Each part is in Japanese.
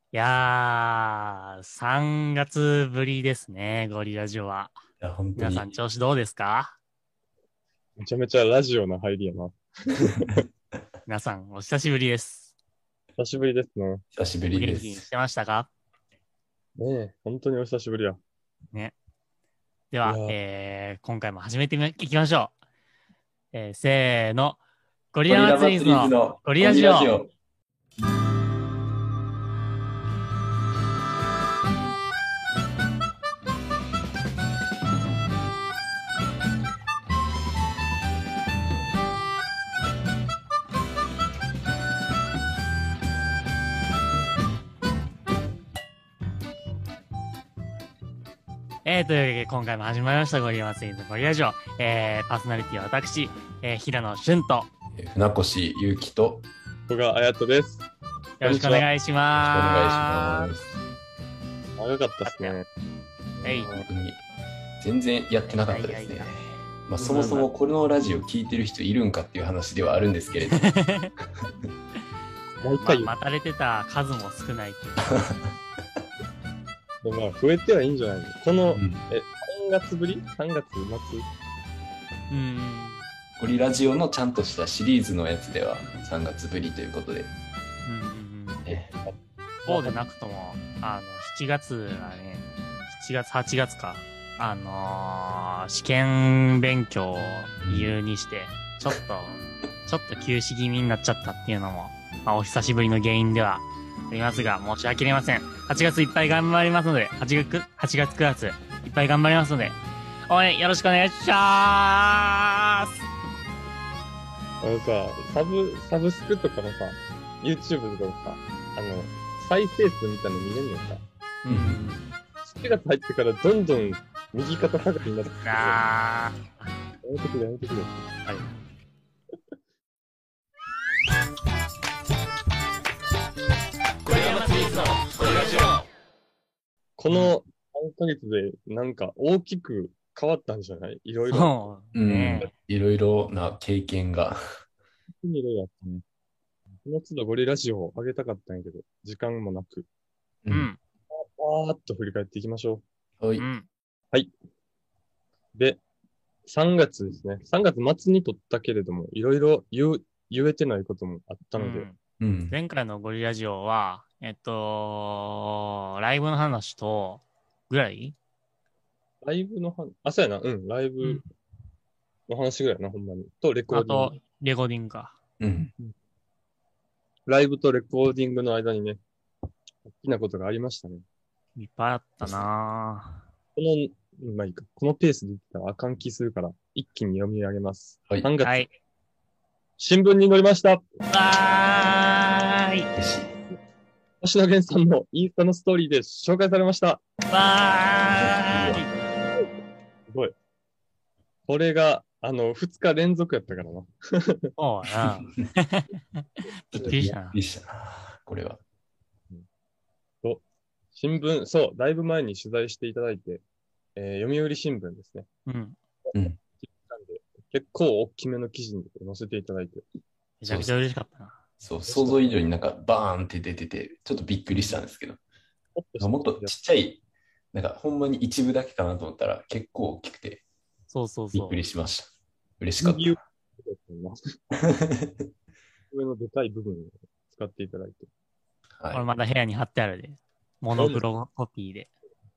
いやー、3月ぶりですね、ゴリラジオは。 いや、本当皆さんに。 調子どうですか？ めちゃめちゃラジオな入りやな。 皆さんお久しぶりです。 久しぶりですね。 久しぶおりです。 元気にしてましたか？ ねえ、本当にお久しぶりや。 ね。では、 いやー、 今回も始めていきましょう。せーの。ゴリラゴリラ祭りズの祭りズのゴリゴラジオ。 リラジオ。 というわけで今回も始まりましたゴリラ祭りズのゴリラジオ。パーソナリティは私、平野俊と、 船越祐樹とよ古賀綾人です。 よろしくお願いしろしくお願いします。 ます。 長かったっすね。 はい本当に全然やってなかったですね。 いやいやいやまあ、そもそもこのラジオ聞いてる人いるんかっていう話ではあるんですけれど、 毎回言う。 待たれてた数も少ないっていう。 でもまあ、増えてはいいんじゃないのこの、 うん 3月ぶり ?3 月末ゴリラジオのちゃんとしたシリーズのやつでは3月ぶりということで、ね、 そうでなくとも、7月はね、7月、8月か、試験勉強を理由にして、ちょっと休止気味になっちゃったっていうのも、まあ、お久しぶりの原因ではありますが、申し訳ありません。8月いっぱい頑張りますので、8月9月いっぱい頑張りますので、応援よろしくお願いしまーす。 さ、サブスクとかのさ、YouTube とかのさ、再生数みたいなの見れんのさ、 うん。 7月入ってからどんどん右肩下がりになってくる。 あやめてくれ、やめてくれ。 ー。はい。 この3ヶ月でなんか大きく変わったんじゃないいろいろ。 そうね。 いろいろな経験が。 いろいろあったね。この都度ゴリラジオを上げたかったんやけど、時間もなく。 うん。 パーッと振り返っていきましょはい。 うん。 う。で、3月ですね。3月末に撮ったけれども、いろいろ言えてないこともあったので、 前回のゴリラジオは、ライブの話と、ぐらいライブの話、そうやな、ライブの話ぐらいな、ほんまに。と、レコあーディング。 と、レコーディングか。 ライブとレコーディングの間にね、大きなことがありましたね。 いっぱいあったなまあいいか。このペースでいったらあかん気するから、一気に読み上げます。 はい。 3 ぁ。 月、 はい。 新聞に載りました。 わーい。 嬉しい。 星野源さんのインスタのストーリーで紹介されました。 わーい。 すごい。これが、2日連続やったからな。 そうやな。びっくりしたな。 びっくりしたな、これは。 新聞、そう、だいぶ前に取材していただいて、読売新聞ですね。 うん。 なんで結構大きめの記事に載せていただいて。 めちゃくちゃ嬉しかったな。 そう、想像以上になんかバーンって出てて、ちょっとびっくりしたんですけど、もっとちっちゃい、なんかほんまに一部だけかなと思ったら結構大きくて、 そうそうそう。 びっくりしました。嬉しかった。 上のでかい部分を使っていただいて。 これはまだ部屋に貼ってあるで。モノクロコピーで。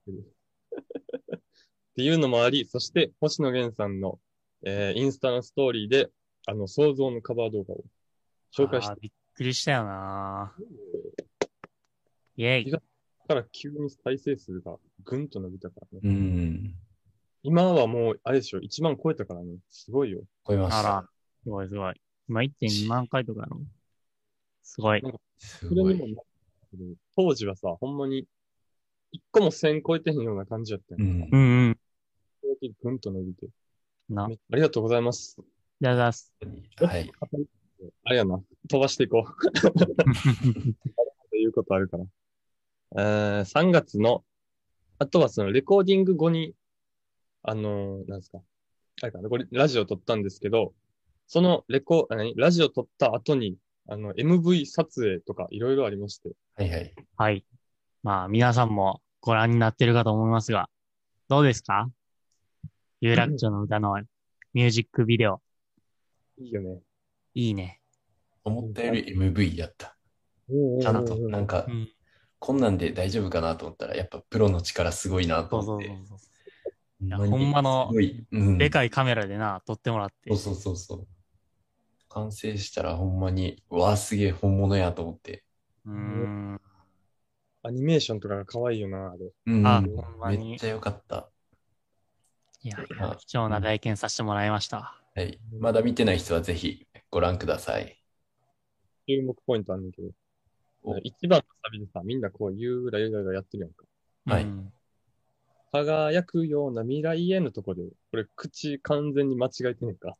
っていうのもあり、そして星野源さんの、インスタのストーリーで、想像のカバー動画を紹介して。 びっくりしたよなイェイ。 から急に再生数がぐんと伸びたからね。 い。 今はもう、あれでしょ、1万超えたからね。すごいよ。 超えました。 あら、すごいすごい。今1.2万回とかやろ。すごい。 すごい。 当時はさ、ほんまに、1個も1000超えてへんような感じやったよ。 うん。 ぐんと伸びて。 な。 ありがとうございます。 じゃあざす。 はい。 あれやな。飛ばしていこう。ということあるから。3月の、あとはそのレコーディング後に、なんですか。あれかな、これラジオ撮ったんですけど、そのラジオ撮った後に、MV 撮影とかいろいろありまして。 はいはい。 はい。 まあ、皆さんもご覧になってるかと思いますが、どうですか？有楽町の歌のミュージックビデオ。 いいよね。 いいね。 思ったより MV やった。ちゃんと、なんか、 うん。 こんなんで大丈夫かなと思ったら、やっぱプロの力すごいなとそう思って、 そうそうそう。いや、 ほんまに、 ほんまの、 すごい、うん。 でかいカメラでな、撮ってもらって。 そうそうそうそう。完成したらほんまに、うわあ、すげえ本物やと思って。 うーん。 アニメーションとかが可愛いよな、あれ。 うあ、 ん、 ほんまに。 めっちゃ良かった。 いやいや、 まあ、 貴重なうん、 体験させてもらいました。 はい。まだ見てない人はぜひご覧ください。 注目ポイントあるんだけど、 お、 一番のサビでさ、みんなこう、ゆらやってるやんか。 はい。 うん。 輝くような未来へのとこで、これ口完全に間違えてねえか。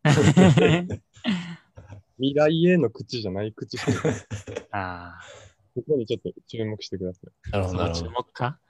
未来への口じゃない口してる。 ああ、 ここにちょっと注目してください。 なるほど、 そこ注なるほど。 目か？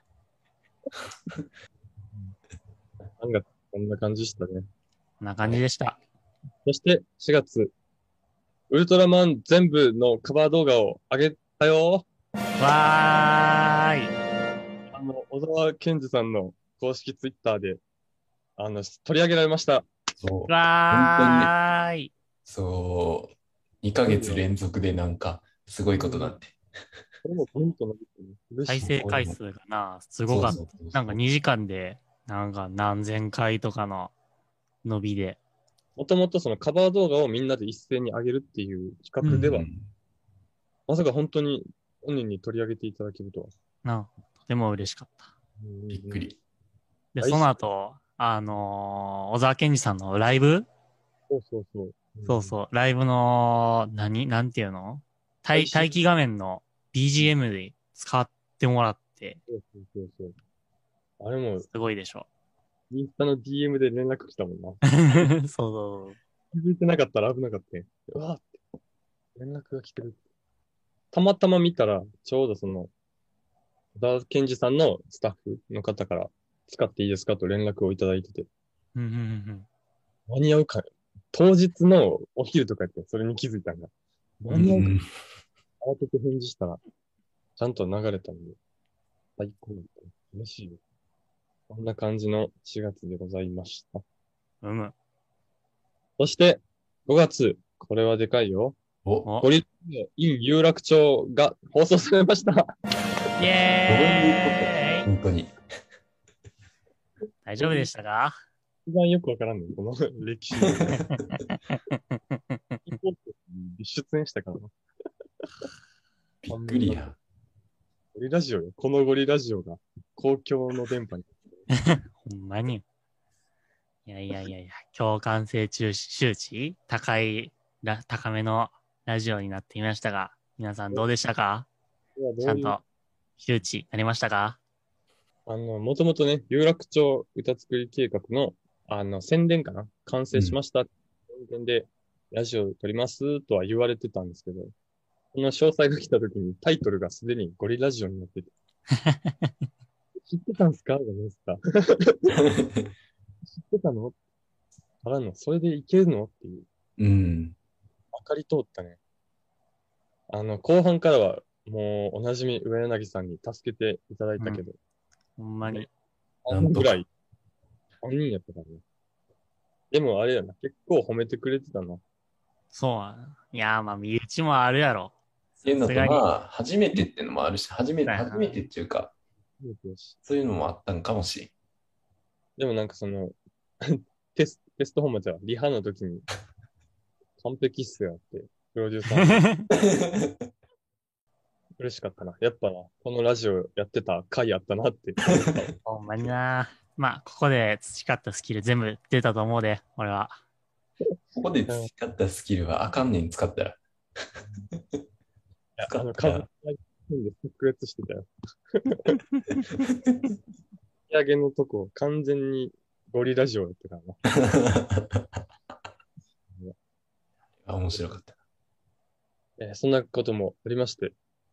3月、こんな感じでしたね。 こんな感じでした。 そして4月、ウルトラマン全部のカバー動画を上げたよ。 わーい。 小沢健二さんの公式ツイッターで、取り上げられました。 そう。本当に、 わーい。 そう、2ヶ月連続でなんか、すごいことなって。 これもポイント伸びてね。嬉しい。 再生回数がな、すごかった。 そうそうそうなんか2時間で、なんか何千回とかの伸びで。 もともとそのカバー動画をみんなで一斉に上げるっていうう企画では、 ん、 まさか本当に本人に取り上げていただけるとは。 とても嬉しかった。 びっくり。 で、その後、小沢健二さんのライブ。 そうそうそう。 そうそう、ライブの、なんていうの？待機画面の BGM で使ってもらって、 そうそうそうそう。あれも、 すごいでしょ。 インスタの DM で連絡来たもんな。 そうそう。 気づいてなかったら危なかったね。うわーって連絡が来てる。たまたま見たら、ちょうどその、小田健二さんのスタッフの方から使っていいですかと連絡をいただいてて、 うんうんうん間に合うか、当日のお昼とかやって、それに気づいたんだ。 う間に合うか、 ん、 慌てて返事したら、ちゃんと流れたんで、最高だった。嬉しいよ。こんな感じの4月でございました。 うん。 そして、5月、これはでかいよ。 お、 ゴリラ in 有楽町が放送されました。 イどういうエーイ。 こと本当に。 大丈夫でしたか？ 一番よくわからんねん、この歴史。出演したからな。 びっくりや。 ゴリラジオよ。このゴリラジオが公共の電波に。 ほんまに。いやいやいやいや、共感性周知高めのラジオになっていましたが、皆さんどうでしたか？ちゃんと周知なりましたか？ もともとね、有楽町歌作り計画の、宣伝かな完成しました。宣伝で、ラジオ撮りますとは言われてたんですけど、この詳細が来た時にタイトルがすでにゴリラジオになってて、知ってたんすかじゃないですか。知ってたのからの、それでいけるのっていう、 うん。 分かり通ったね。後半からは、もう、おなじみ上柳さんに助けていただいたけど、 ほんまに。 なんとか半分ぐらい、3人やったからね。でもあれやな、結構褒めてくれてたな。 そうなの。いやー、まあ、身内もあるやろ。 っていうのと、 さすがに。 まあ、初めてっていうのもあるし、初めだよなてっていうか、 よし。 そういうのもあったんかもしれん。 でもなんかその、テスト本番じゃリハの時に、完璧っすよって、プロデューサーに嬉しかったな。やっぱな、このラジオやってた回あったなって思ったわ。 ほんまにな。まあ、ここで培ったスキル全部出たと思うで、俺は。 ここで使ったスキルはあかんねん、使ったら。使ったら。 で炸裂してたよ。仕上げのとこ、完全にゴリラジオやってたな。 あ、面白かった。 そんなこともありまして。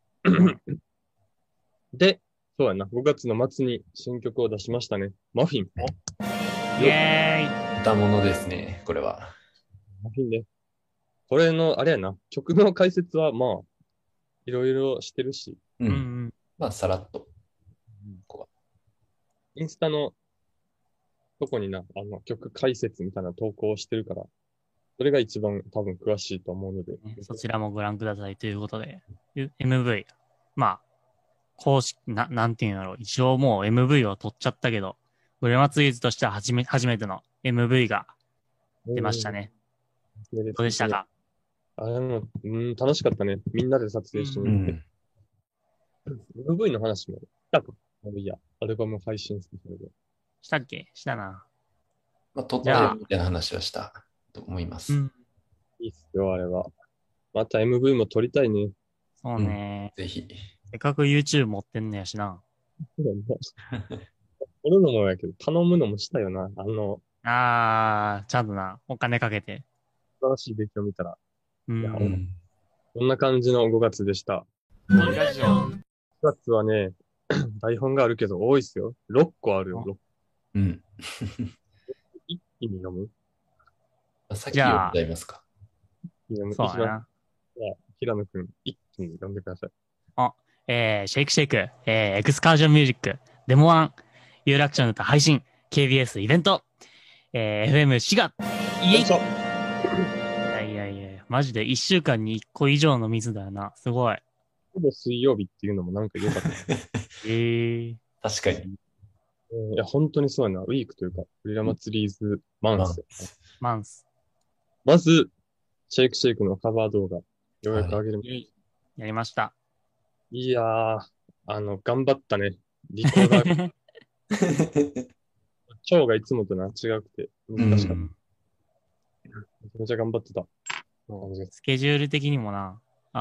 で、そうやな、5月の末に新曲を出しましたね。マフィン。 イエーイ。 歌物ですね、これは。 マフィンね。これの、あれやな、曲の解説はまあ、いろいろしてるし、 う。 うんんまあ、さらっと。 インスタのとこにな、曲解説みたいな投稿してるから、それが一番多分詳しいと思うので。 そちらもご覧くださいということで、MV。まあ、公式、なんていうんだろう。一応もう MV を撮っちゃったけど、ゴリラマツイーズとしては初めての MV が出ましたね。どうでしたか？ あれも、楽しかったね。みんなで撮影してみて。MV の話もしたか？いや、アルバム配信するので。 したっけ？したな。 まあ、撮ったよみたいな話はしたと思います。 いいっすよ、あれは。また MV も撮りたいね。 そうね。 ぜひ。 せっかく YouTube 持ってんのやしな。 撮るのもやけど、頼むのもしたよな。 ちゃんとな、お金かけて。 素晴らしい出来を見たら。こんんな感じの5月でした。 ラジオ。 5月はね、台本があるけど多いっすよ。6個あるよ。一気に読む？ さっき読んじゃいますか。 そうだな。 平野くん、一気に読んでください。 シェイクシェイク、エクスカージョンミュージック、デモ1、有楽町の歌配信、KBS イベント、FM 滋賀、イエイ！いや、マジで1週間に1個以上の水だよな。すごい。 ほぼ水曜日っていうのもなんか良かった。 確かに。 いや、本当にそうやな。ウィークというか、ゴリラ祭りーズマンス。まず、シェイクシェイクのカバー動画、ようやく上げる。 やりました。 いやー、頑張ったね。リコーダー。腸がいつもとな、違くて、難しかった。めちゃめちゃ頑張ってた。 スケジュール的にもな、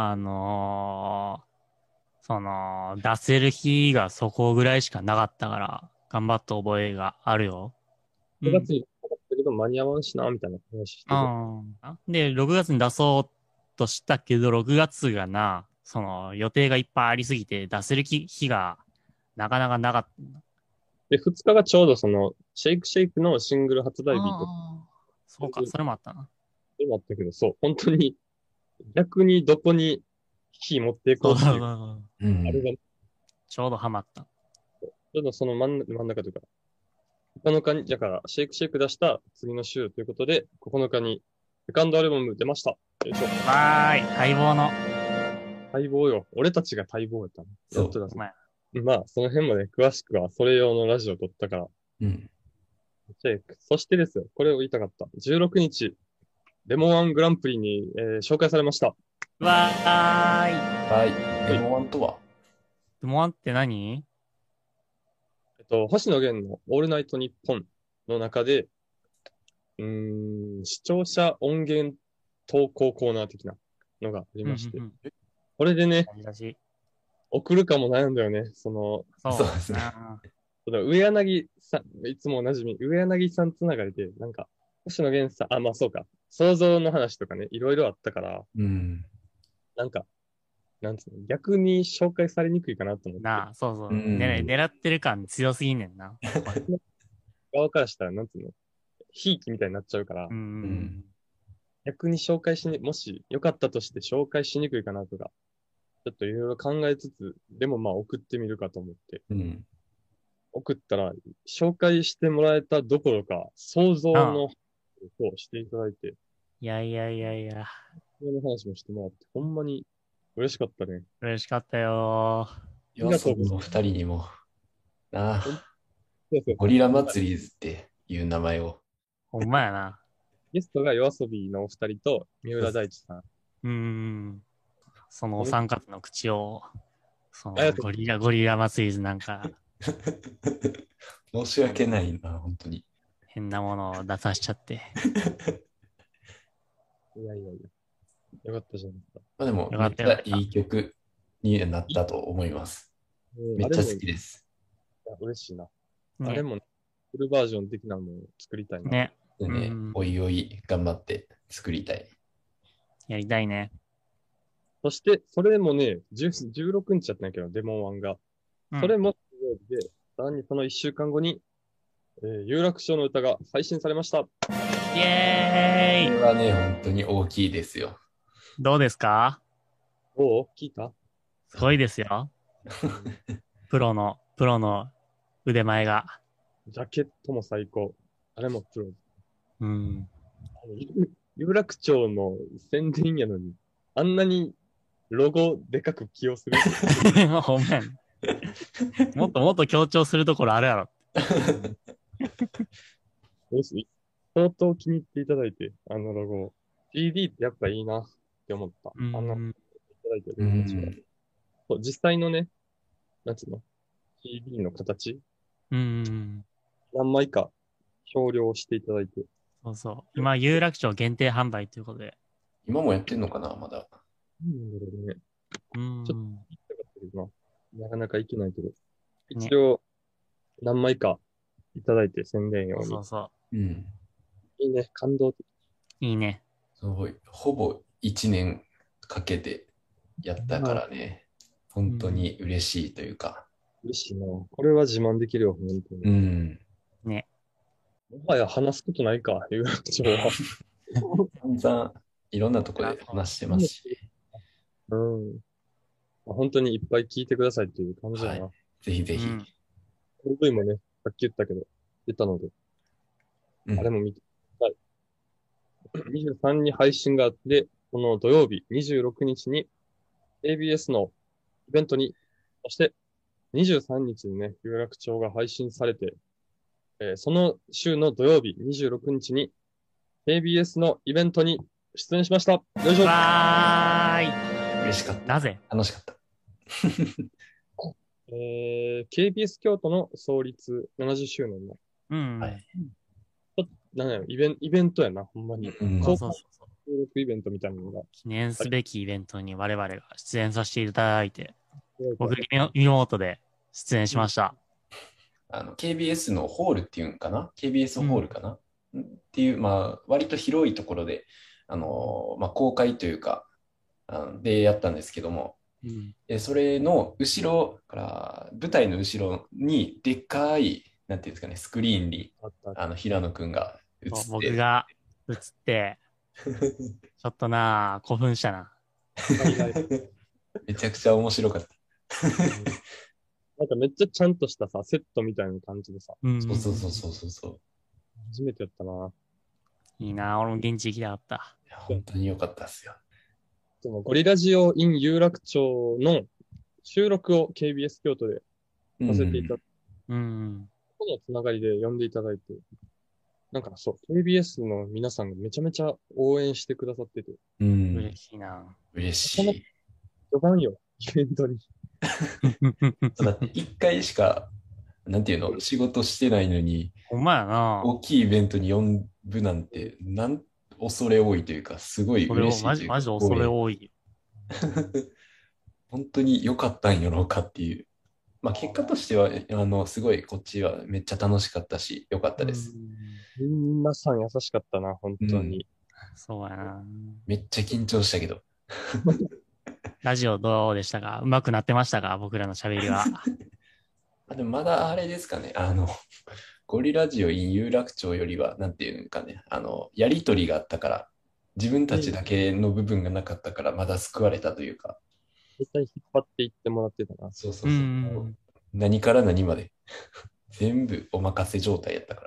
出せる日がそこぐらいしかなかったから、頑張った覚えがあるよ。 6月になかったけど間に合わんしな、みたいな話してた。 で、6月に出そうとしたけど、6月がな、予定がいっぱいありすぎて、出せる日がなかなかなかった。 で、2日がちょうどシェイクシェイクのシングル発売日と。 そうか、それもあったな。 それもあったけど、そう、本当に、逆にどこに火持っていこうっていう。あれがちょうどハマった。 ちょうどその真ん中というか、9日に、だから、シェイクシェイク出した次の週ということで、9日に、セカンドアルバム出ました。よいしょ。 わーい、待望の。 待望よ。俺たちが待望やったの。やっとだ。 まあ、その辺もね、詳しくは、それ用のラジオ撮ったから。シェイク。そしてですよ、これを言いたかった。16日、デモ1グランプリに、紹介されました。 わーい。 はい。デモ1とは？ デモ1って何？ 星野源のオールナイトニッポンの中で、視聴者音源投稿コーナー的なのがありまして。これでね、送るかも悩んだよね。 そうですね。 上柳さん、いつもおなじみ、上柳さんつながりで、なんか、星野源さん、まあそうか、想像の話とかね、いろいろあったから、なんか、なんつうの、逆に紹介されにくいかなと思って。 そう。狙ってる感強すぎんねんな。 側からしたら、なんつうの、ひいきみたいになっちゃうから、逆に紹介もしよかったとして紹介しにくいかなとか、ちょっといろいろ考えつつ、でもまあ送ってみるかと思って。送ったら、紹介してもらえたどころか、想像のことをしていただいて。 いや。 その話もしてもらって、ほんまに嬉しかったね。 嬉しかったよー。YOASOBIの2人にも、ゴリラ祭りーズっていう名前を。 ほんまやな。 ゲストがYOASOBIのお二人と三浦大知さん。そのお三方の口を、ゴリラ祭りーズなんか。 申し訳ないな、本当に。 変なものを出さしちゃって。 いや。よかったじゃないですか。 まあでも、めっちゃいい曲になったと思います。めっちゃ好きです。 嬉しいな。あれも、フルバージョン的なのを作りたいな。 ね。 でね、おいおい頑張って作りたい。 やりたいね。 そして、それもね、16日だったんやけど、デモ1が。それも、で、さらにその1週間後に、有楽町の歌が配信されました。 イエーイ！ これはね、本当に大きいですよ。 どうですか？ 聞いた？ すごいですよ。プロのプロの腕前が。 ジャケットも最高。あれもプロ。 うん。 有楽町の宣伝やのに、あんなにロゴでかく起用する。 ほんまやね。もっともっと強調するところあるやろ。 相当気に入っていただいて、あのロゴ。CD ってやっぱいいなって思った。あんな、いただいてる人たちは。そう実際のね、なんつうの ?CD の形何枚か表量していただいて。 そうそう。今、有楽町限定販売ということで。 今もやってんのかな、まだ。 なんだろうね。 ちょっちょっと行きたかったけどな。なかなか行けないけど。一応、何枚かいただいて宣伝用に。 そうそうん。 いいね。感動的。 う。いいね。 すごい。ほぼ1年かけてやったからね。本当に嬉しいというか。 嬉しいな。これは自慢できるよ、本当に。 うん。 ね。 もはや話すことないか、有楽町は。 散々いろんなところで話してますし。 うん。本当にいっぱい聞いてくださいっていう感じだな。 ぜひぜひ。 PV もね、さっき言ったけど、出たので、あれも見てください。23に配信があって、この土曜日26日に ABS のイベントに、そして23日にね、有楽町が配信されて、その週の土曜日26日に ABS のイベントに出演しました。よいしょ。 わーい。 嬉しかった。 なぜ楽しかった。 KBS 京都の創立70周年の、 はい。 なんやろ、イベントやな、ほんまに。 そうそうそう。 収録イベントみたいなのが。 記念すべきイベントに我々が出演させていただいて、僕リモートで出演しました。 KBS のホールっていうんかな ?KBS ホールかな、っていう、まあ、割と広いところで、まあ、公開というか、でやったんですけども、それの後ろから、舞台の後ろに、でっかい、なんていうんですかね、スクリーンに、平野くんが映って。 僕が映って、ちょっとな興奮したな。 めちゃくちゃ面白かった。 なんかめっちゃちゃんとしたさ、セットみたいな感じでさ。 そうそう。 初めてやったな。 いいな、俺も現地行きたかった。 いや本当に良かったっすよ。 でもゴリラジオ in 有楽町の収録を KBS 京都でさせていただいて、このつながりで呼んでいただいて、なんかそう、KBS の皆さんがめちゃめちゃ応援してくださってて。 嬉しいな。 嬉しい。 序盤よ、イベントに。 だって1回しか、なんていうの、仕事してないのに、 ほんまやな。 大きいイベントに呼ぶなんて、恐れ多いというか、すごい嬉しいというか。 マジ恐れ多い。 本当に良かったんやろうかっていう。まあ結果としては、すごいこっちはめっちゃ楽しかったし、良かったです。 皆さん優しかったな、本当に。 そうやな。 めっちゃ緊張したけど。 ラジオどうでしたか？上手くなってましたか？僕らの喋りは。 でもまだあれですかね。ゴリラジオ in 有楽町よりは、なんていうのかね、やりとりがあったから、自分たちだけの部分がなかったから、まだ救われたというか。 絶対引っ張っていってもらってたな。 そう。何から何まで。全部お任せ状態やったから。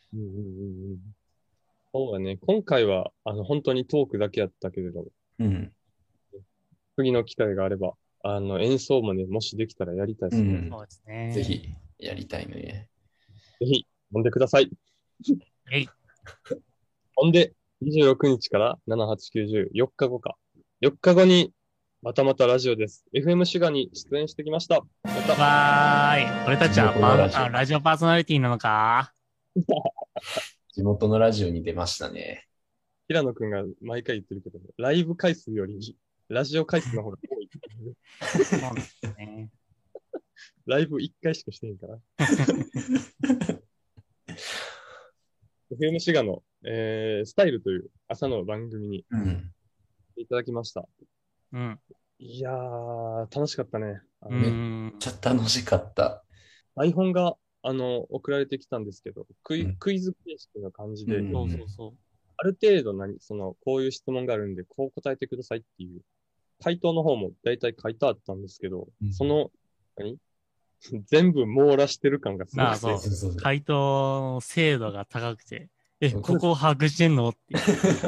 そうだね。今回は、本当にトークだけやったけれども。次の機会があれば、演奏もね、もしできたらやりたいですね。 そうですね。 ぜひ、やりたいね。 ぜひ、飲んでください。ほんで、26日から7、8、9、10、4日後か。4日後に、またラジオです。FM シュガに出演してきました。 わーい。俺たちはラジオパーソナリティなのか？ 地元のラジオに出ましたね。 平野くんが毎回言ってるけど、ライブ回数より、ラジオ回数の方が多い。 そうなんですね。 ライブ1回しかしてへんから。FM シガの、スタイルという朝の番組にいただきました。いやー、楽しかったね。 めっちゃ楽しかった。 iPhone が、送られてきたんですけど、クイズ形式の感じで、ある程度こういう質問があるんで、こう答えてくださいっていう、回答の方も大体書いてあったんですけど、 全部網羅してる感がすごくて。 なあ、そう。 そうそうそう。 回答の精度が高くて、 そうここを把握してんのっていう。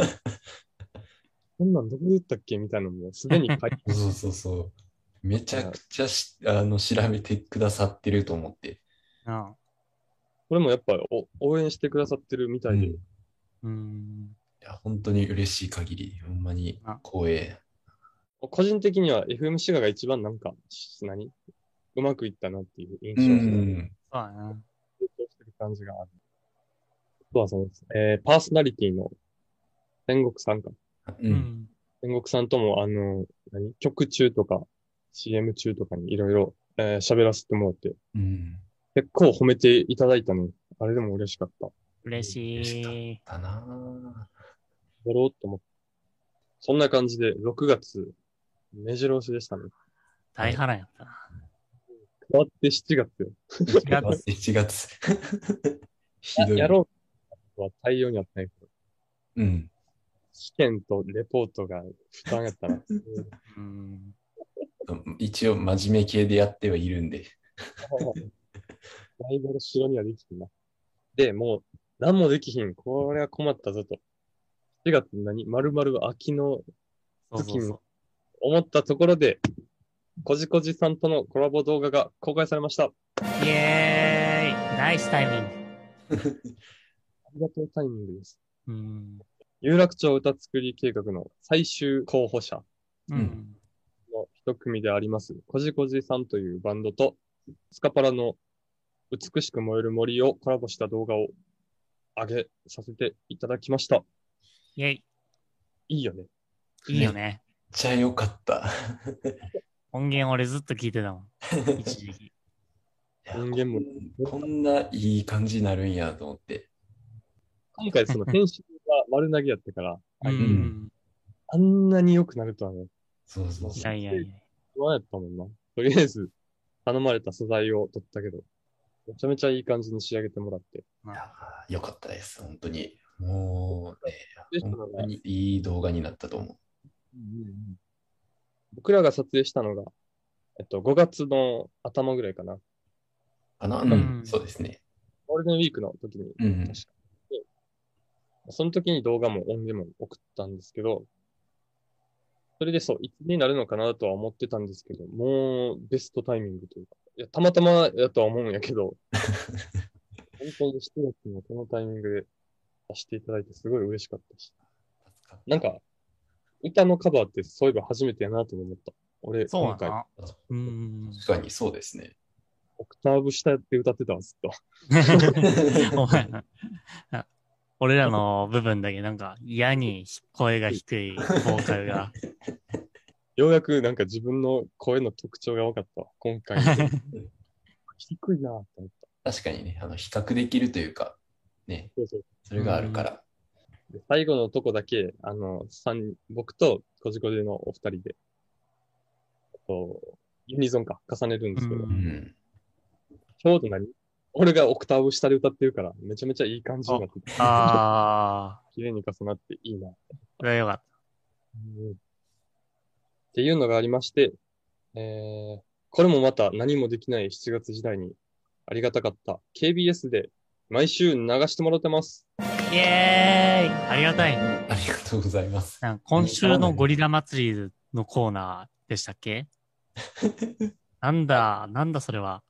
こんなんどこで言ったっけみたいなのもすでに書いてそうそうそう。めちゃくちゃ調べてくださってると思って。 なあこれもやっぱ応援してくださってるみたいで、 うん。いうん。 や、本当に嬉しい限り、ほんまに光栄。 個人的には FM シガが一番なんか、うまくいったなっていう印う象がん。 そうだな。 成長してる感じがある。あとはそうです。パーソナリティの天国さんか。 う。 うんん。 天国さんとも曲中とか CM 中とかにいろいろ喋らせてもらって、 うん。 結構褒めていただいたね。あれでも嬉しかった。 嬉嬉ししい。 かったなやろうと思って。そんな感じで6月、目白押しでしたね。 大波乱やったな。 変わって7月よ。 1 ぁ。 月。 1月。ひどい。 やろうとは対応にあったんやけど、 うん。 試験とレポートが負担やったら、 うん。 一応真面目系でやってはいるんで。 ライバル城にはできひんな。で、もう、何もできひん。これは困ったぞと。4月丸々秋の時にそうそうそ思ったところで、こじこじさんとのコラボ動画が公開されました。 う。イエーイナイスタイミング。 ありがとうタイミングです。 うん。 有楽町歌作り計画の最終候補者うん。 の一組であります、こじこじさんというバンドと、スカパラの美しく燃える森をコラボした動画を上げさせていただきました。 イェイ。 いいよね。 いいよね。 めっちゃ良かった。 音源俺ずっと聞いてたもん。一時期。 いや音源もこんないい感じになるんやと思って。 今回その編集が丸投げやったから、 うん。 あんなに良くなるとはね、 そうそうそう。 いやいやいや。 不安やったもんな。とりあえず頼まれた素材を取ったけど、めちゃめちゃいい感じに仕上げてもらって。 いや良かったです。本当に。もうね、 で本当にいい動画になったと思僕らが撮影したのが、5月の頭ぐらいかな。 う。かな、 うんそうですね。 ゴールデンウィークの時に、 うん。 確かに。その時に動画も音源も送ったんですけど、それでそう、いつになるのかなとは思ってたんですけど、もうベストタイミングというか、いや、たまたまやとは思うんやけど、本当に7月のこのタイミングで出していただいてすごい嬉しかったし。なんか、歌のカバーってそういえば初めてやなと思った。俺、今回、 そうやな。うん。 確かにそうですね。 オクターブ下で歌ってたわ、ずっと。 お前な俺らの部分だけなんか嫌に声が低いボーカルが。 ようやくなんか自分の声の特徴が分かったわ、今回。低いなと思った。 確かにね、比較できるというか、ね、 そうそう。 それがあるから。 で最後のとこだけ、僕とこじこじのお二人で、ユニゾンか、重ねるんですけど、 ううんん。 ちょうど俺がオクターブ下で歌ってるから、めちゃめちゃいい感じになってて、 あ綺麗に重なっていいな。 ー、それはよかっっていうのがありまして、これもまた何もできない7月時代にありがたかった KBS で毎週流してもらってます。 た。イエーイありがたい。 ありがとうございます。 なんか今週のゴリラ祭りのコーナーでしたっけなんだそれは。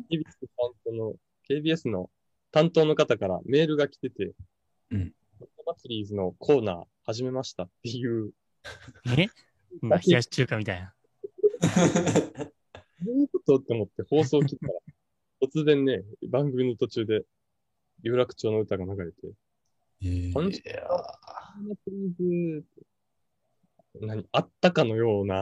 KBS の担当の方からメールが来てて、 うん。 祭りのコーナー始めましたっていう、 冷やし中華みたいな。 どういうことって思って放送を切ったら、突然ね、番組の途中で有楽町の歌が流れて、 いこんにちや祭りあったかのような、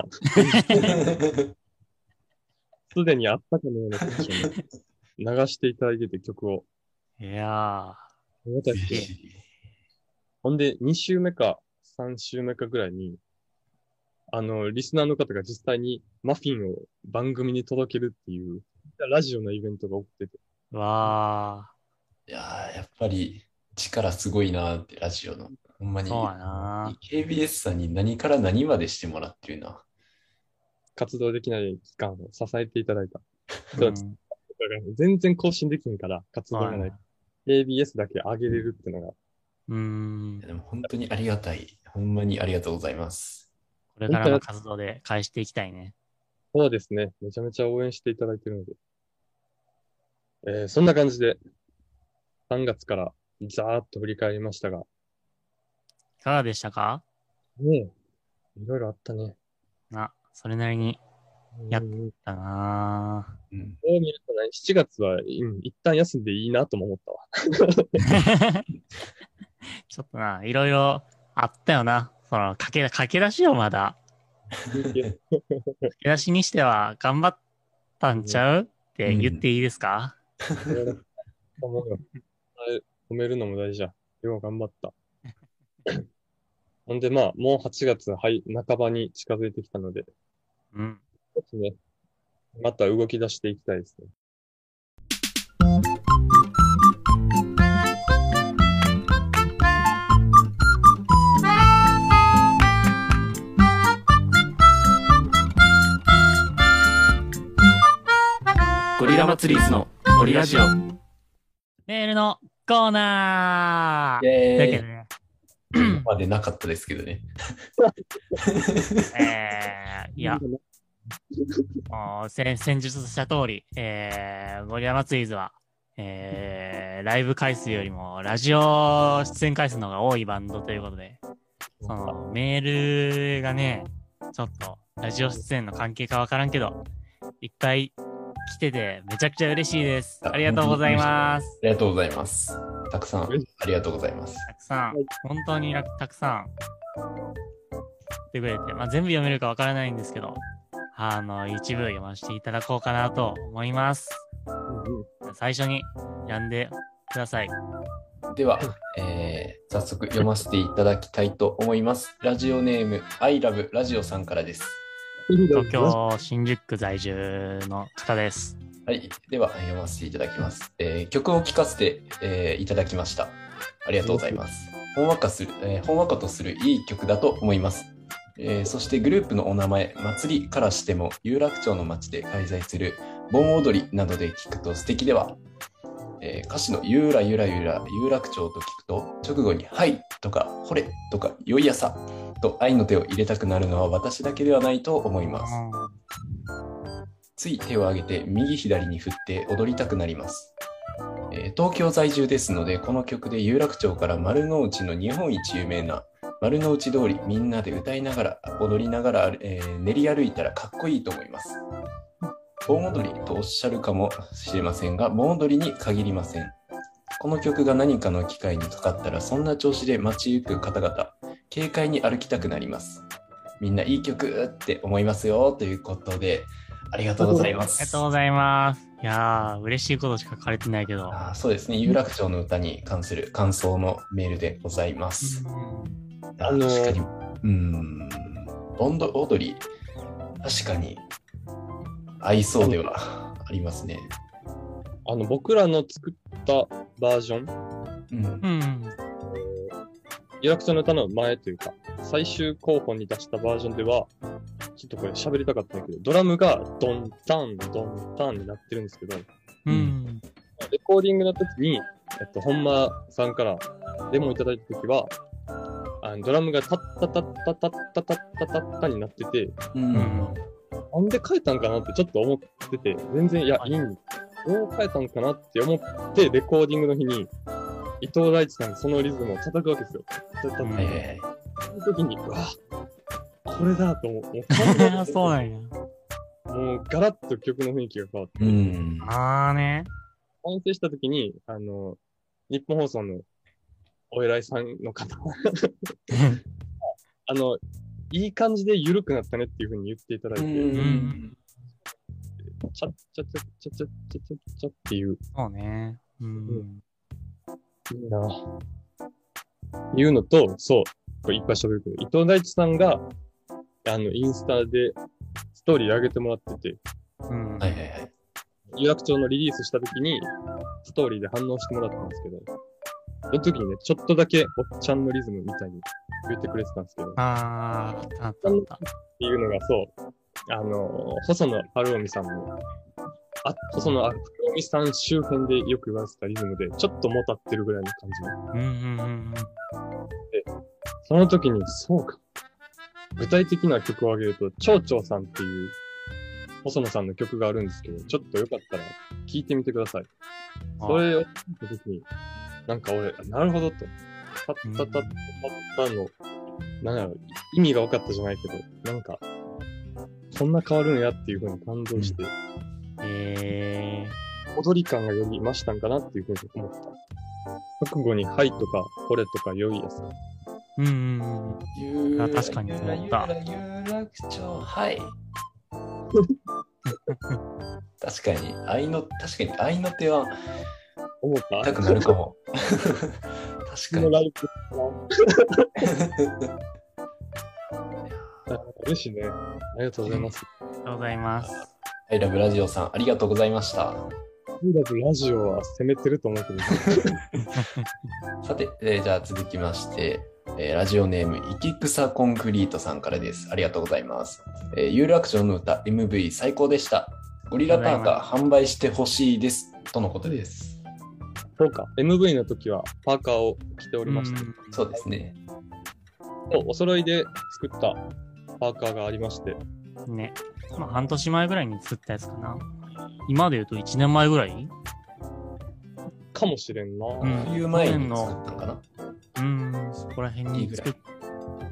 すでにあったかのようなテンションで流していただいてて曲を。 いや嬉私しい。 ほんで、2週目か3週目かぐらいに、リスナーの方が実際にマフィンを番組に届けるっていう、ラジオのイベントが起きてて。 ー、わいややっぱり力すごいなって、ラジオの。ほんまー、 に。 そうやな。 KBS さんに何から何までしてもらってるな。 活動できない期間を支えていただいた。 うん全然更新できんから、活動がない。 はい KBS だけ上げれるってのが。 でも本当にありがたい。ほんまにありがとうございます。 これからの活動で返していきたいね。 そうですね。めちゃめちゃ応援していただいてるので。そんな感じで、3月からざーっと振り返りましたが、 いかがでしたか？ ねえ、いろいろあったね。 それなりにやっうんだなうん、 こう見るとね、7月は、一旦休んでいいなとも思ったわ。 ぁちょっといろいろあったよな。駆け出しよ、まだ。駆け出しにしては頑張ったんちゃうって言っていいですか？ 思うよ。褒めるのも大事じゃん。よう頑張った。ほんで、もう8月、半ばに近づいてきたので、 うん。 少しね、また動き出していきたいですね。 ゴリラ祭りーズのゴリラジオ。 メールのコーナーイェーイだけどね。 今までなかったですけどね。 いや、先日した通り、ゴリラマツイーズは、ライブ回数よりもラジオ出演回数の方が多いバンドということで、メールがね、ちょっとラジオ出演の関係かわからんけど、いっぱい来ててめちゃくちゃ嬉しいです。ありがとうございます。 ありがとうございます。たくさんありがとうございます。 たくさん、本当にたくさん来てくれて、全部読めるかわからないんですけど、一部読ませていただこうかなと思います。最初に読んでください。 では、早速読ませていただきたいと思います。ラジオネーム I love ラジオさんからです。 東京新宿区在住の方です。 はい、では読ませていただきます。曲を聴かせて、いただきました。ありがとうございます。ほんわかとするいい曲だと思います。そしてグループのお名前、祭りからしても有楽町の街で開催する盆踊りなどで聞くと素敵では、歌詞のゆらゆらゆら有楽町と聞くと直後にはいとかほれとかよいやさと愛の手を入れたくなるのは私だけではないと思います。つい手を挙げて右左に振って踊りたくなります。東京在住ですのでこの曲で有楽町から丸の内の日本一有名な丸の内通りみんなで歌いながら踊りながら、練り歩いたらかっこいいと思います。盆踊りとおっしゃるかもしれませんが盆踊りに限りません。この曲が何かの機会にかかったらそんな調子で街行く方々軽快に歩きたくなります。みんないい曲って思いますよということでありがとうございます。 ありがとうございます。いやー、嬉しいことしか書かれてないけど。 そうですね。有楽町の歌に関する感想のメールでございます。確かに。盆踊り、確かに合いそうではありますね。 僕らの作ったバージョン、有楽町の歌の前というか、最終候補に出したバージョンでは、ちょっとこれ喋りたかったんだけど、ドラムがドンタン、ドンタンになってるんですけど、レコーディングの時に、本間さんからデモいただいた時は、ドラムがタッタタッタタッタタッタタッタになってて、なんで変えたんかなってちょっと思ってて、全然、いや、いいんどう変えたんかなって思って、レコーディングの日に、伊藤大地さんがそのリズムを叩くわけですよ。その時に、うわ、これだと思う。 そうなんや。 もうガラッと曲の雰囲気が変わって。完成した時に、日本放送のお偉いさんの方いい感じで緩くなったねっていう風に言っていただいて、チャッチャチャッチャチャッチャチャッチャっていう。 そうね。 いいないうのと、そう、これいっぱい喋るけど、伊藤大地さんが、インスタでストーリー上げてもらってて、有楽町のリリースした時に、ストーリーで反応してもらったんですけど、その時にね、ちょっとだけおっちゃんのリズムみたいに言ってくれてたんですけど、 あった。 っていうのがそう、細野晴臣さんのその、福美さん周辺でよく言われてたリズムで、ちょっともたってるぐらいの感じ。 うんうんうんその時に、そうか。具体的な曲を挙げると、蝶々さんっていう、細野さんの曲があるんですけど、ちょっとよかったら聴いてみてください。それを聞いた時に、なんか俺、なるほどと。タッタッタッタッタッの、なんやろ、意味が分かったじゃないけど、なんか、こんな変わるんやっていう風に感動して、踊り感がより増したんかなっていう風に思った。覚悟にはいとか、これとか良いやつ。 うんうんうん。あ確かに思った有楽町、はい。確かに愛の手は思った痛くなるかも。確かに。 嬉しいね。ありがとうございます。 ありがとうございます。 アイラブラジオさん、ありがとうございました。 アイラブラジオは攻めてると思うけど。 さて、じゃあ続きまして、ラジオネーム、イキクサコンクリートさんからです。ありがとうございます。有楽町の歌、MV 最高でした。ゴリラパーカー販売してほしいです。とのことです。 そうか。MV の時はパーカーを着ておりました。 そうですね。 お揃いで作ったパーカーがありまして。 ね。まあ、半年前ぐらいに作ったやつかな。今で言うと1年前ぐらいかもしれんな。 冬前に作ったのかな。 そこら辺に作って、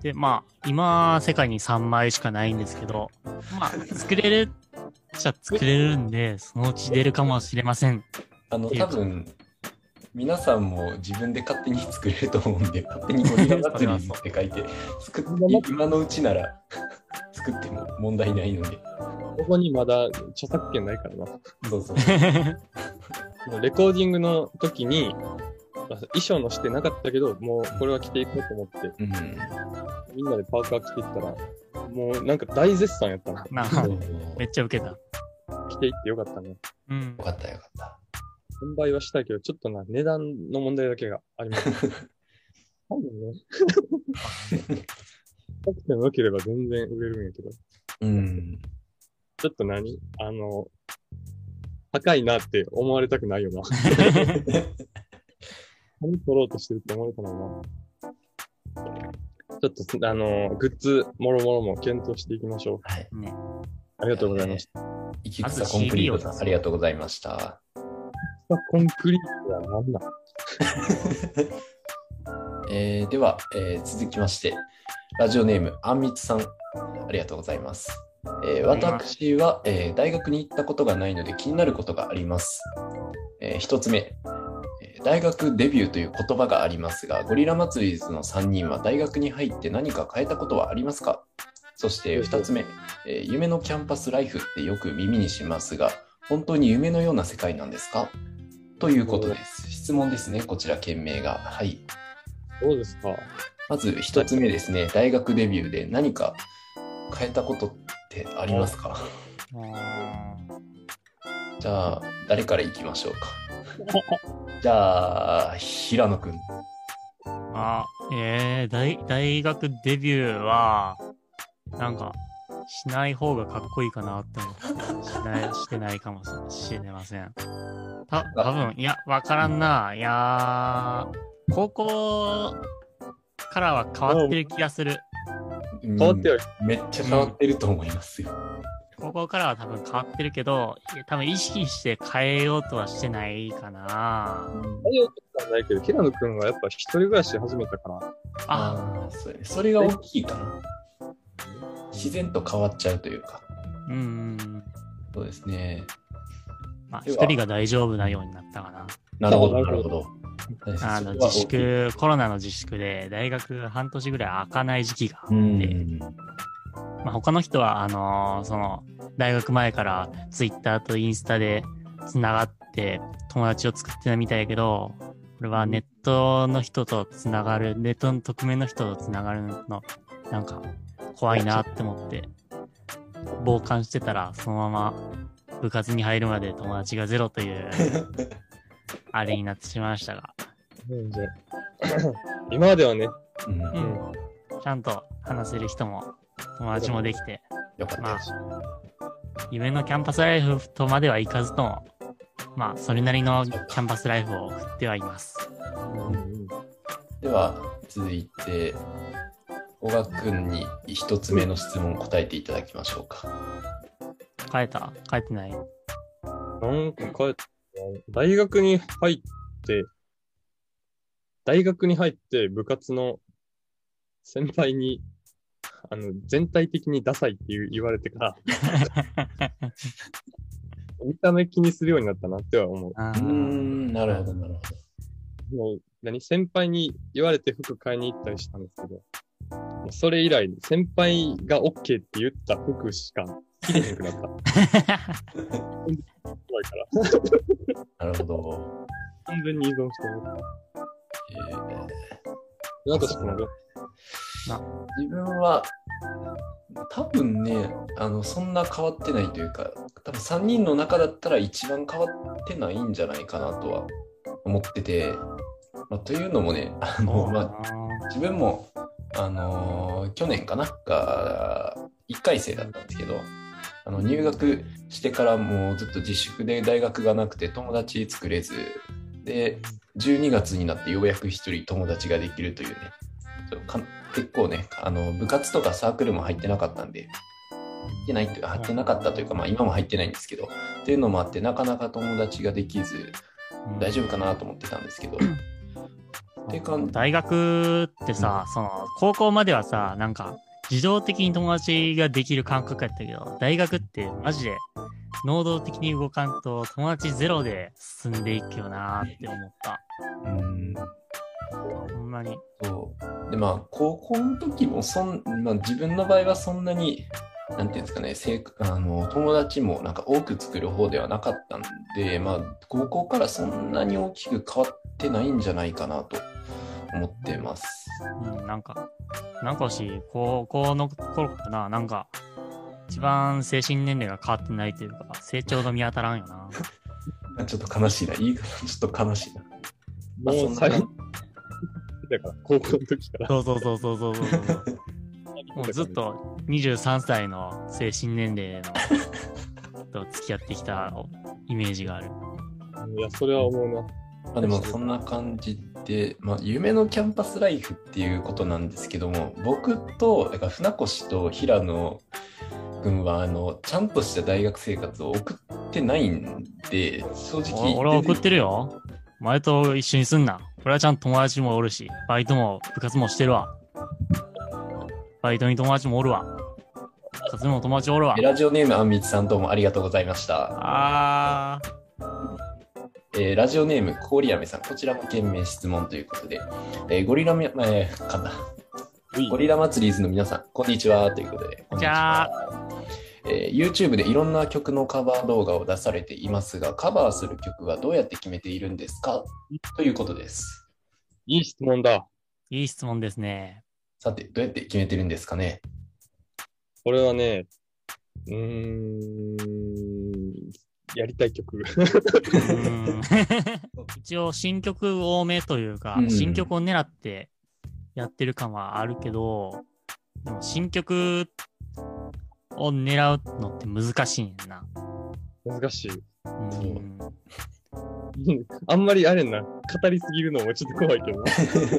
まあ、今、世界に3枚しかないんですけど、まあ、作れるっちゃ作れるんで、そのうち出るかもしれません。 多分、皆さんも自分で勝手に作れると思うんで、勝手にゴリラ祭りって書いて、今のうちなら作っても問題ないので。 ここにまだ著作権ないからな。 そうそう。 レコーディングの時に、衣装のしてなかったけど、もうこれは着ていこうと思って、みんなでパーカー着ていったら、もうなんか大絶賛やったな。 めっちゃウケた。 着ていってよかったね。 よかったよかった。 販売はしたいけど、ちょっとな、値段の問題だけがあります。多分ね。高くても良ければ全然売れるんやけど。ちょっと高いなって思われたくないよな。何取ろうとしてるって思われたのな。ちょっと、グッズ、もろもろも検討していきましょう。 はい。 ね。 ありがとうございました。 イキクサコンクリートさん、ありがとうございました。 コンクリートは何だでは、続きまして、ラジオネーム、あんみつさん、ありがとうございます。私は、大学に行ったことがないので気になることがあります。一つ目、大学デビューという言葉がありますが、ゴリラ祭りズの3人は大学に入って何か変えたことはありますか？そして2つ目、夢のキャンパスライフってよく耳にしますが、本当に夢のような世界なんですか？ということです。質問ですね、こちら件名が。はい。 どうですか？ まず1つ目ですね、大学デビューで何か変えたことってありますか？じゃあ、誰からいきましょうか。じゃあ、平野くん。 大学デビューは、なんか、しない方がかっこいいかなって思って、してないかもしれません。多分、いや、わからんな。いやー、高校からは変わってる気がする。 変わってる。 めっちゃ変わってると思いますよ。 高校からは多分変わってるけど、多分意識して変えようとはしてないかな。 変えようとはないけど、平野くんはやっぱ一人暮らし始めたから。 それが大きいかな。自然と変わっちゃうというか。そうですね。 まあ、一人が大丈夫なようになったかな。 なるほど、なるほど。 自粛、コロナの自粛で大学半年ぐらい開かない時期があって、まあ、他の人は、大学前からツイッターとインスタで繋がって友達を作ってたみたいやけど、これはネットの人と繋がる、ネットの匿名の人と繋がるの、なんか怖いなって思って、傍観してたらそのまま部活に入るまで友達がゼロという、あれになってしまいましたが。 今まではね、 ちゃんと話せる人も友達もできて、 よかったです。 夢のキャンパスライフとまではいかずとも、まあ、それなりのキャンパスライフを送ってはいます。 では、続いて、小川くんに一つ目の質問を答えていただきましょうか。 帰ってない。 なんか大学に入って部活の先輩に、全体的にダサいって言われてから、見た目気にするようになったなっては思う。 なるほど、なるほど。 もう先輩に言われて服買いに行ったりしたんですけど、もうそれ以来、先輩が OK って言った服しか着れへんくなった。怖いから。 なるほど。 完全に依存してる。なんか自分は、多分ね、そんな変わってないというか、多分3人の中だったら一番変わってないんじゃないかなとは思ってて、というのもね、自分も、去年かなが1回生だったんですけど、入学してからもうずっと自粛で大学がなくて友達作れず、で、12月になってようやく一人友達ができるというね、結構ね、部活とかサークルも入ってなかったんで、入ってなかったというか、今も入ってないんですけど、っていうのもあって、なかなか友達ができず、大丈夫かなと思ってたんですけど、 大学ってさ、高校まではさ、なんか、自動的に友達ができる感覚やったけど、大学ってマジで、能動的に動かんと友達ゼロで進んでいくよなーって思った。ほんまに。 そう。で、高校の時も自分の場合はそんなに、なんていうんですかね、友達もなんか多く作る方ではなかったんで、高校からそんなに大きく変わってないんじゃないかなと思ってます。 なんか高校の頃かな、なんか、一番精神年齢が変わってないというか、成長が見当たらんよな。 ちょっと悲しいな。言い方ちょっと悲しいな。 もう最後だから、高校の時から。 そう。もうずっと23歳の精神年齢のと付き合ってきたイメージがある。 いや、それは思うな。 でもそんな感じで、夢のキャンパスライフっていうことなんですけども、僕と船越と平野君はちゃんとした大学生活を送ってないんで、正直俺は送ってるよ。お前と一緒にすんな。俺はちゃんと友達もおるし、バイトも部活もしてるわ。バイトに友達もおるわ。部活にも友達おるわ。 ラジオネームあんみつさんどうもありがとうございました。ラジオネーム郡山さん、こちらも懸命質問ということで、ゴリラ祭りーずの皆さん、こんにちはということで。 こんにちは。 YouTube でいろんな曲のカバー動画を出されていますが、カバーする曲はどうやって決めているんですかということです。 いい質問だ。 いい質問ですね。 さて、どうやって決めてるんですかね。 これはね、やりたい曲。 一応新曲多めというか、新曲を狙ってやってる感はあるけど、でも新曲を狙うのって難しいねんな。 難しい。あんまりあれな、語りすぎるのもちょっと怖いけどな。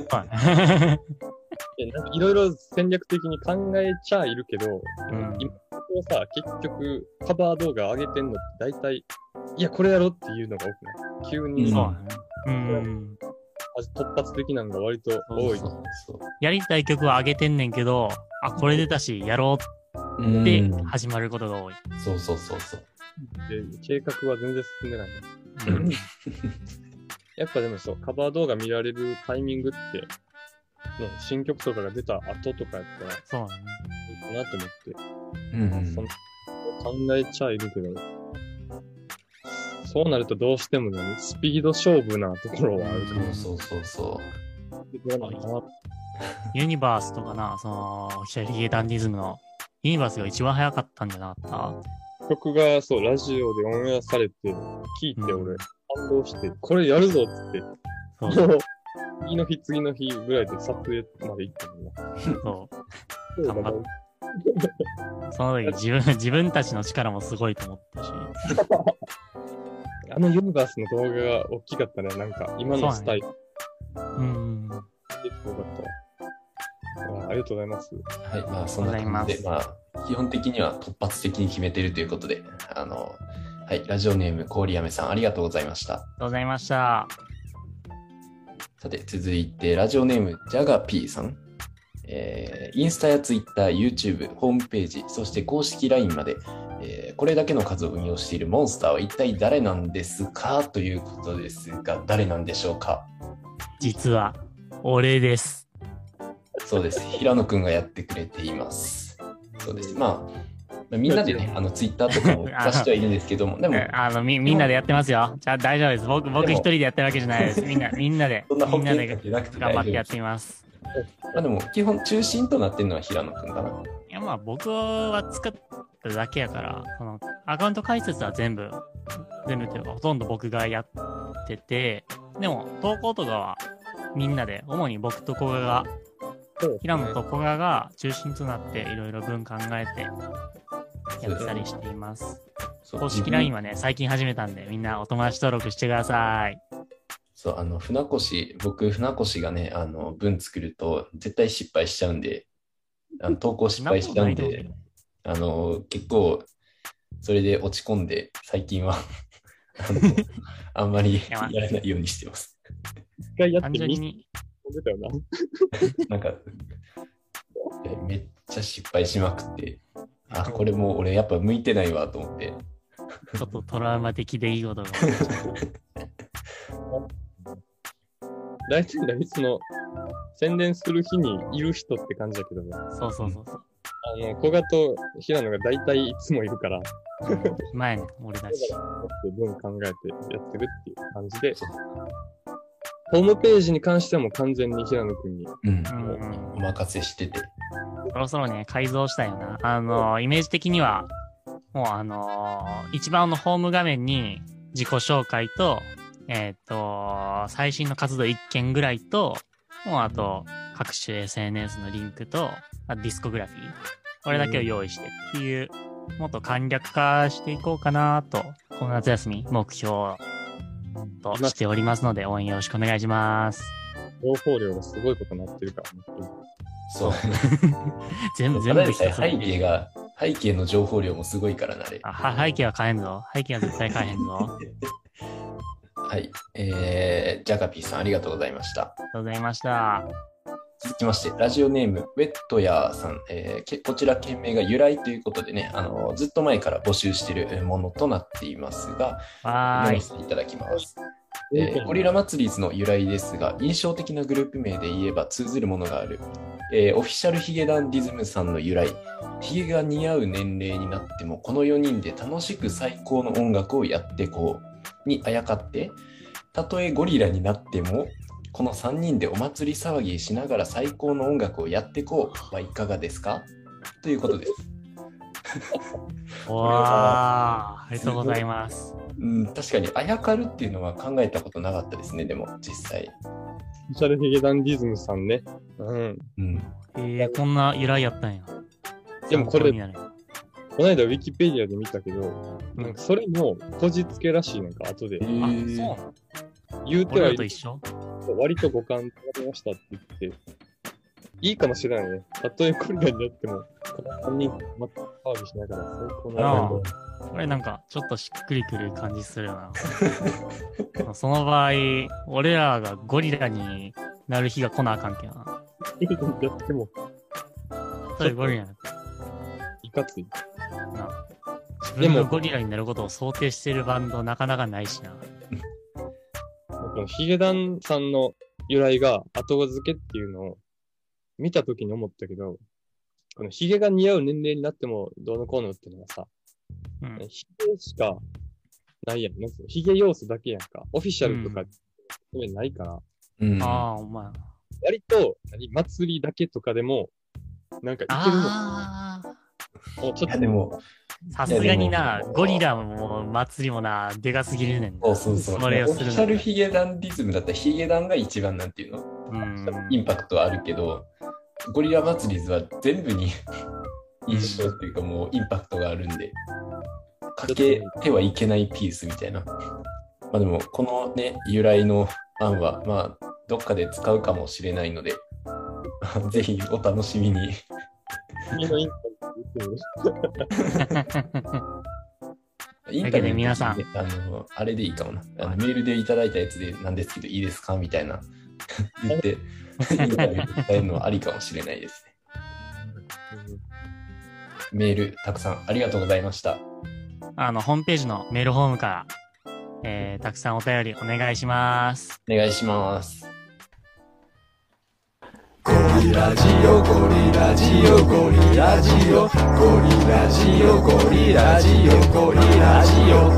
いろいろ戦略的に考えちゃいるけど、今さ、結局カバー動画上げてんのって大体、いや、これやろっていうのが多くない？急に、突発的なのが割と多い。 やりたい曲は上げてんねんけど、これ出たし、やろうって始まることが多い。 そう。 で、計画は全然進んでないね。やっぱでもカバー動画見られるタイミングって、ね、新曲とかが出た後とかやったら、 そうだね。 いいかなと思って、そん考えちゃいるけど、そうなるとどうしてもね、スピード勝負なところはあるから。 そう。 ユニバースとかな、ヒゲダンディズムのユニバースが一番早かったんじゃなかった？ 曲がラジオでオンエアされて、聞いて俺、感動して、これやるぞっつって、次の日ぐらいで撮影まで行ったのな。 頑張っその時自分たちの力もすごいと思ったし。 あのユニバースの動画が大きかったね。なんか、今のスタイル。結構よかったわ。ありがとうございます。 はい、まあそんな感じで、まあ基本的には突発的に決めてるということで、はい、ラジオネーム郡山さんありがとうございました。 ありがとうございました。 さて続いてラジオネームジャガピーさん。インスタやツイッター、YouTube、ホームページ、そして公式 LINE まで、これだけの数を運用しているモンスターは一体誰なんですかということですが、誰なんでしょうか？ 実は、俺です。 そうです。平野くんがやってくれています。そうです。まあ、みんなでね、ツイッターとかも出してはいるんですけども、でも、 みんなでやってますよ。じゃあ大丈夫です。僕一人でやってるわけじゃないです。みんなで頑張ってやってみます。 まあでも基本中心となってるのは平野くんかな。 いやまあ僕は作っただけやから、そのアカウント解説は全部というかほとんど僕がやってて、でも投稿とかはみんなで、主に僕と古賀が、平野と古賀が中心となっていろいろ文考えてやったりしています。公式 LINE はね、最近始めたんでみんなお友達登録してください。 そう、僕、船越がね、文作ると絶対失敗しちゃうんで、投稿失敗しちゃうんで、結構、それで落ち込んで、最近はあんまりやらないようにしてます。 一回やってみたよな。 なんか、めっちゃ失敗しまくって、これもう俺やっぱ向いてないわと思って。 ちょっとトラウマ的出来事が。 大体その宣伝する日にいる人って感じだけどね。 そう。 古賀と平野が大体いつもいるから。 前ね、俺たち。 文考えてやってるっていう感じで。ホームページに関してはもう完全に平野くんに、 お任せしてて。 そろそろね、改造したいよな。イメージ的には、もう一番のホーム画面に自己紹介と、最新の活動1件ぐらいと、もうあと、各種 SNS のリンクと、ディスコグラフィー。これだけを用意してっていう、もっと簡略化していこうかなと、この夏休み目標としておりますので、応援よろしくお願いします。 情報量がすごいことになってるからね。 そう。 全部背景の情報量もすごいからなれ。 背景は変えんぞ。背景は絶対変えへんぞ。 はい。ジャガピーさんありがとうございました。 ありがとうございました。 続きまして、ラジオネーム、ウェットヤーさん。こちら、件名が由来ということでね、ずっと前から募集しているものとなっていますが、読ませていただきます。ゴリラ祭りズの由来ですが、印象的なグループ名で言えば通ずるものがある。オフィシャルヒゲダンディズムさんの由来。ヒゲが似合う年齢になっても、この4人で楽しく最高の音楽をやってこう。にあやかって、たとえゴリラになっても、この3人でお祭り騒ぎしながら最高の音楽をやってこうはいかがですかということです。 わー、ありがとうございます。 確かにあやかるっていうのは考えたことなかったですね、でも実際。 オフィシャルヒゲダンディズムさんね。 こんな由来やったんや。 でもこれ、この間ウィキペディアで見たけど、なんかそれもこじつけらしいなんか後で。 そうなの？ 言うてはいる。 割と互換食べましたって言って、いいかもしれないね。たとえゴリラになっても、3人また騒ぎしながら最高な音楽。 これなんかちょっとしっくりくる感じするよな。その場合、俺らがゴリラになる日が来なあかんけどな。 やっても。 それゴリラになって。 いかつい。 自分がゴリラになることを想定してるバンドなかなかないしな。 このヒゲダンさんの由来が後付けっていうのを見たときに思ったけど、このヒゲが似合う年齢になってもどうのこうのっていうのはさ、ヒゲしかないやん。ヒゲ要素だけやんか。オフィシャルとかないから。 お前。 割と、祭りだけとかでも、なんかいけるの。 ちょっとでも、 さすがにな、ゴリラも祭りもな、でかすぎるねんな。 そう。 それをするオフィシャルヒゲダンディズムだったらヒゲダンが一番なんていうのインパクトはあるけど、ゴリラ祭りズは全部に印象っていうかもうインパクトがあるんで、かけてはいけないピースみたいな。まあでも、このね、由来の案は、まあ、どっかで使うかもしれないので、ぜひお楽しみに。 君のインタビューですよインタビューだけで皆さんあれでいいかもな。メールでいただいたやつでなんですけどいいですかみたいな言って、インタビュー伝えるのはありかもしれないですね。メールたくさんありがとうございました。 ホームページのメールフォームから、たくさんお便りお願いします。 お願いします。 ゴリラジオゴリラジオゴリラジオゴリラジオゴリラジオゴリラジオ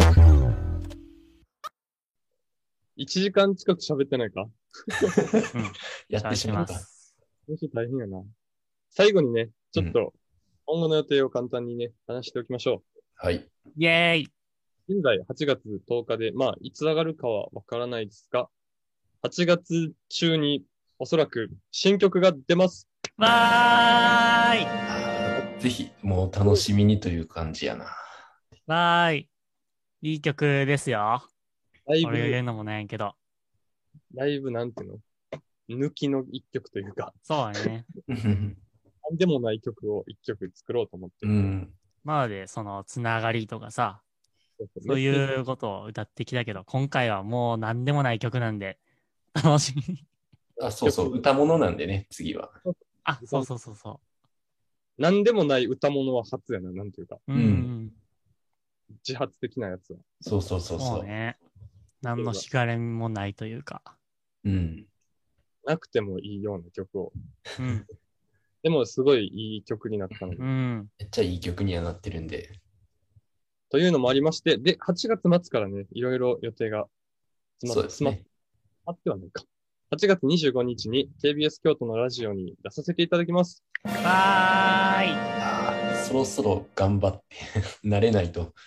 1時間近く喋ってないか？ やってしまった。 もし大変やな。最後にね、ちょっと今後の予定を簡単にね、話しておきましょはい。 イェーイ。 現在8月10日で、まあ、いつ上がるかはわからないですが、8月中におそらく新曲が出ます。 わーい。 ぜひ、もう楽しみにという感じやな。 わーい。いい曲ですよ。 ライ俺が言うブ、 のもないけど。 なんていうの？抜きの一曲というか、 そうだね。 なんでもない曲を一曲作ろうと思ってる。 まあで、その、つながりとかさ、そうう。 いうことを歌ってきたけど、今回はもう何でもない曲なんで、楽しみに。 あ、そうそう、歌物なんでね、次は。 あ、そうそうそうそなんでもない歌物は初やな、なんていうか。 う。うん。 自発的なやつは。 そうそうそうそう。 そうね。何のしがらみもないというか。 なくてもいいような曲を。 うん。 でもすごいいい曲になったので。 うん。 めっちゃいい曲にはなってるんで。 というのもありまして、で、8月末からね、いろいろ予定がそうですね。 詰まってはないか。8月25日に KBS 京都のラジオに出させていただきます。 わーい。 そろそろ頑張って慣れないと。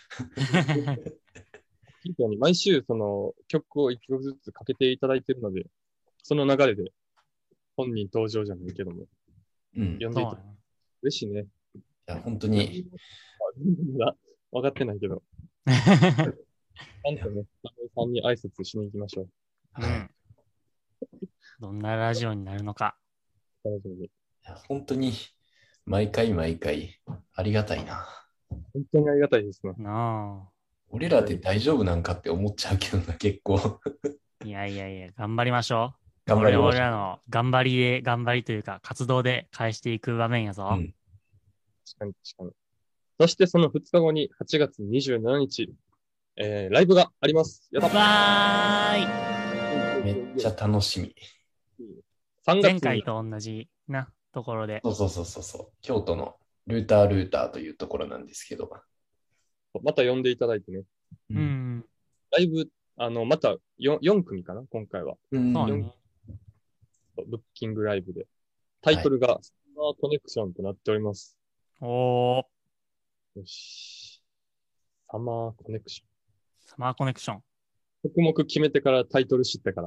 聞いたように毎週その曲を1曲ずつかけていただいているので、その流れで本人登場じゃないけども、 うん。い呼んでいただいて嬉しいね。 や、本当に。 分かってないけど。ちゃんとね、中井さんに挨拶しに行きましょう。 うん。どんなラジオになるのか。 大丈夫。 いや本当に毎回毎回ありがたいな。 本当にありがたいですね。 なあ。 俺らで大丈夫なんかって思っちゃうけどな、結構。 いやいやいや、頑張りましょう。 頑張りましょう。 俺らの頑張りというか、活動で返していく場面やぞ。 うん、 確かに確かに。そしてその2日後に8月27日、ライブがあります。やったわーい。 めっちゃ楽しみ。 3月前回と同じなところで。 そう。京都のルーターというところなんですけど。 また呼んでいただいてね。 うん。 ライブ、また 4組かな今回は。 うん。 そうね。 ブッキングライブで。タイトルがサマーコネクションとなっております。 おー。 よし。サマーコネクション。 サマーコネクション。 曲目決めてからタイトル知ったから。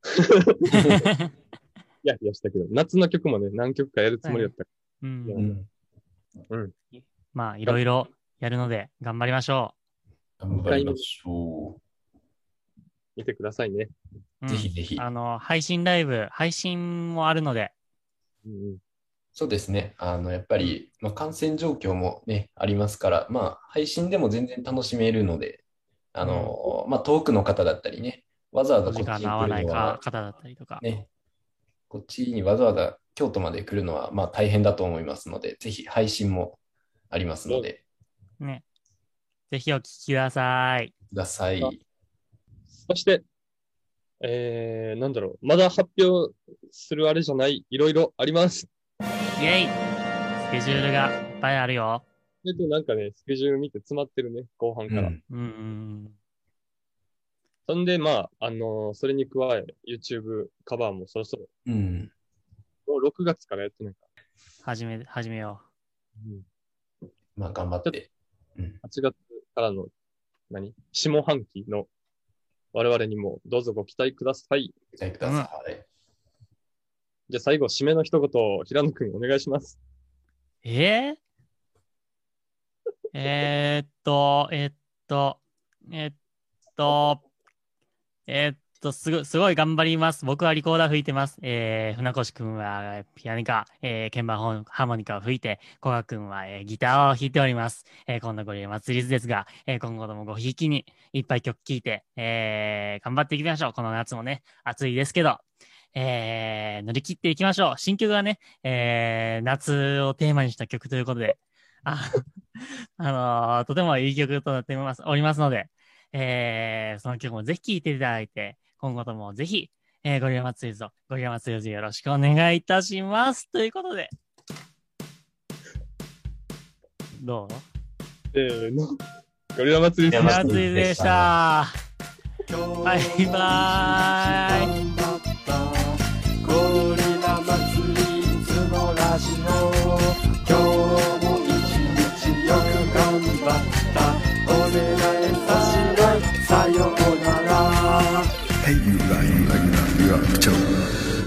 いやしたけど、夏の曲もね、何曲かやるつもりだったかうら。 ん。 うん。 まあ、いろいろやるので、頑張りましょ頑張りましょ見てくださいね。 う。 ぜひぜひ。 配信もあるので。 そうですね。やっぱり、感染状況もね、ありますから、配信でも全然楽しめるので、遠くの方だったりね、わざわざこっちに来るの時間の合わないは、 方だったりとか。 ね、こっちにわざわざ京都まで来るのは、大変だと思いますので、ぜひ配信もありますので。 ね。ぜひお聞きください。 ください。 そして、まだ発表するあれじゃない、いろいろあります。 イェイスケジュールがいっぱいあるよ。 なんかね、スケジュール見て詰まってるね、後半から。そんで、それに加え、YouTube カバーもそろそろ。もう6月からやってないか。 始めよう。頑張って。 8月からの、下半期の我々にもどうぞご期待ください。 期待ください。 じゃあ最後、締めの一言を平野くんお願いします。 えーっと、えーっと、えーっと、すごい頑張ります。僕はリコーダー吹いてます。船越くんはピアニカ、鍵盤ハーモニカを吹いて、古賀くんは、ギターを弾いております。今度ゴリラ祭りですが、今後ともごひいきにいっぱい曲聴いて、頑張っていきましょう。この夏もね、暑いですけど、乗り切っていきましょう。新曲はね、夏をテーマにした曲ということで、とてもいい曲となっておりますので、その曲もぜひ聴いていただいて、今後ともぜひ、ゴリラ祭りぞよろしくお願いいたします。ということで。どうせーの。ゴリラ祭りゴリラ祭りでした。バイバーイ。 ゴリラ祭りいつのラジオ。今日も一日よく頑張った。俺らへさようなら。 Hey you like, you like, you like, you like,